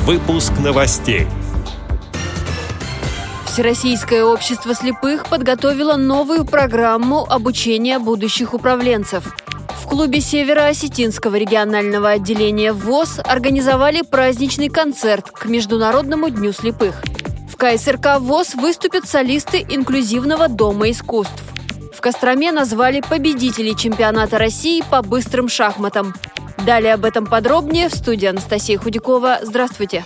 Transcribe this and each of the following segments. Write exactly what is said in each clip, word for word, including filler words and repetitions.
Выпуск новостей. Всероссийское общество слепых подготовило новую программу обучения будущих управленцев. В клубе Северо-Осетинского регионального отделения ВОС организовали праздничный концерт к Международному дню слепых. В ка эс эр ка ВОС выступят солисты инклюзивного дома искусств. В Костроме назвали победителей чемпионата России по быстрым шахматам. Далее об этом подробнее в студии Анастасия Худякова. Здравствуйте.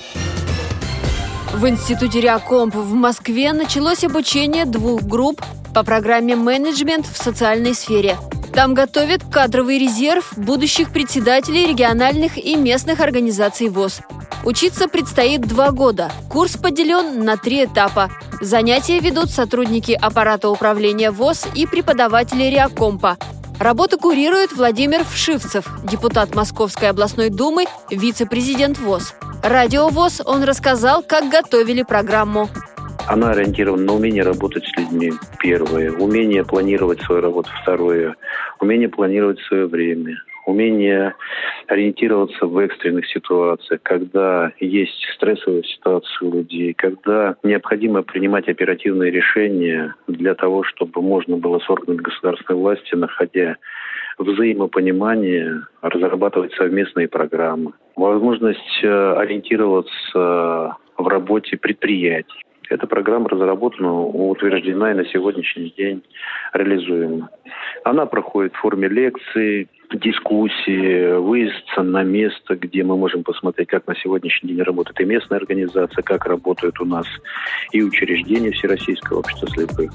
В Институте Реакомп в Москве началось обучение двух групп по программе «Менеджмент в социальной сфере». Там готовят кадровый резерв будущих председателей региональных и местных организаций ВОС. Учиться предстоит два года. Курс поделен на три этапа. Занятия ведут сотрудники аппарата управления ВОС и преподаватели Реакомпа. Работу курирует Владимир Вшивцев, депутат Московской областной думы, вице-президент ВОС. Радио ВОС он рассказал, как готовили программу. Она ориентирована на умение работать с людьми, первое. Умение планировать свою работу, второе. Умение планировать свое время. Умение ориентироваться в экстренных ситуациях, когда есть стрессовая ситуация у людей, когда необходимо принимать оперативные решения для того, чтобы можно было с органами государственной власти, находя взаимопонимание, разрабатывать совместные программы. Возможность ориентироваться в работе предприятий. Эта программа разработана, утверждена и на сегодняшний день реализуема. Она проходит в форме лекций, дискуссии, выезд на место, где мы можем посмотреть, как на сегодняшний день работает и местная организация, как работают у нас и учреждения Всероссийского общества слепых.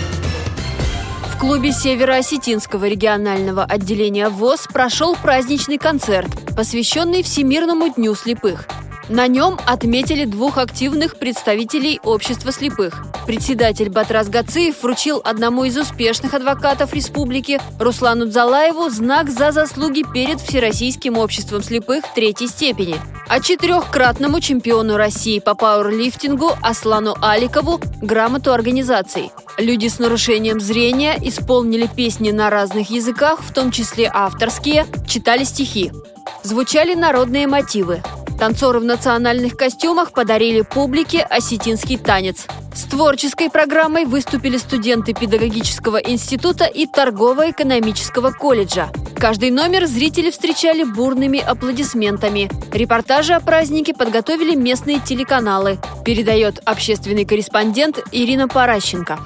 В клубе Северо-Осетинского регионального отделения ВОС прошел праздничный концерт, посвященный Всемирному дню слепых. На нем отметили двух активных представителей общества слепых. Председатель Батрас Гациев вручил одному из успешных адвокатов республики, Руслану Дзалаеву, знак за заслуги перед Всероссийским обществом слепых третьей степени, а четырехкратному чемпиону России по пауэрлифтингу Аслану Аликову грамоту организаций. Люди с нарушением зрения исполнили песни на разных языках, в том числе авторские, читали стихи. Звучали народные мотивы. Танцоры в национальных костюмах подарили публике осетинский танец. С творческой программой выступили студенты педагогического института и торгово-экономического колледжа. Каждый номер зрители встречали бурными аплодисментами. Репортажи о празднике подготовили местные телеканалы, передает общественный корреспондент Ирина Паращенко.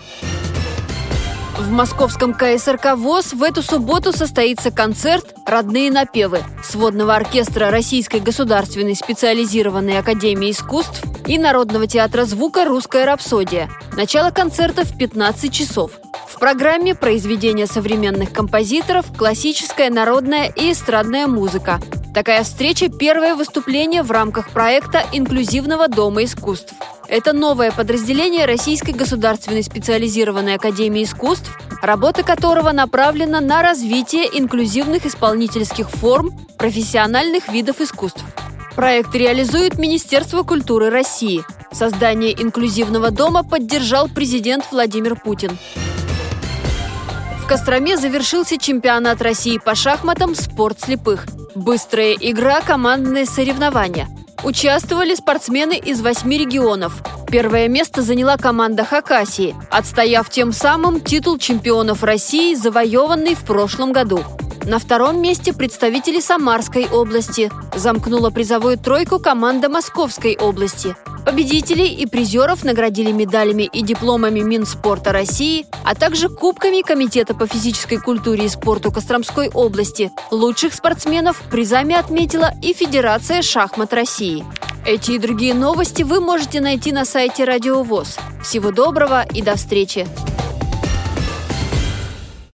В московском ка эс эр ка ВОС в эту субботу состоится концерт «Родные напевы» сводного оркестра Российской государственной специализированной академии искусств и Народного театра звука «Русская рапсодия». Начало концерта в пятнадцать часов. В программе произведения современных композиторов, классическая, народная и эстрадная музыка. Такая встреча – первое выступление в рамках проекта «Инклюзивного дома искусств». Это новое подразделение Российской государственной специализированной академии искусств, работа которого направлена на развитие инклюзивных исполнительских форм профессиональных видов искусств. Проект реализует Министерство культуры России. Создание инклюзивного дома поддержал президент Владимир Путин. В Костроме завершился чемпионат России по шахматам «Спорт слепых». Быстрая игра, командные соревнования. Участвовали спортсмены из восьми регионов. Первое место заняла команда Хакасии, отстояв тем самым титул чемпионов России, завоеванный в прошлом году. На втором месте представители Самарской области. Замкнула призовую тройку команда Московской области. Победителей и призеров наградили медалями и дипломами Минспорта России, а также кубками Комитета по физической культуре и спорту Костромской области. Лучших спортсменов призами отметила и Федерация шахмат России. Эти и другие новости вы можете найти на сайте Радио ВОС. Всего доброго и до встречи!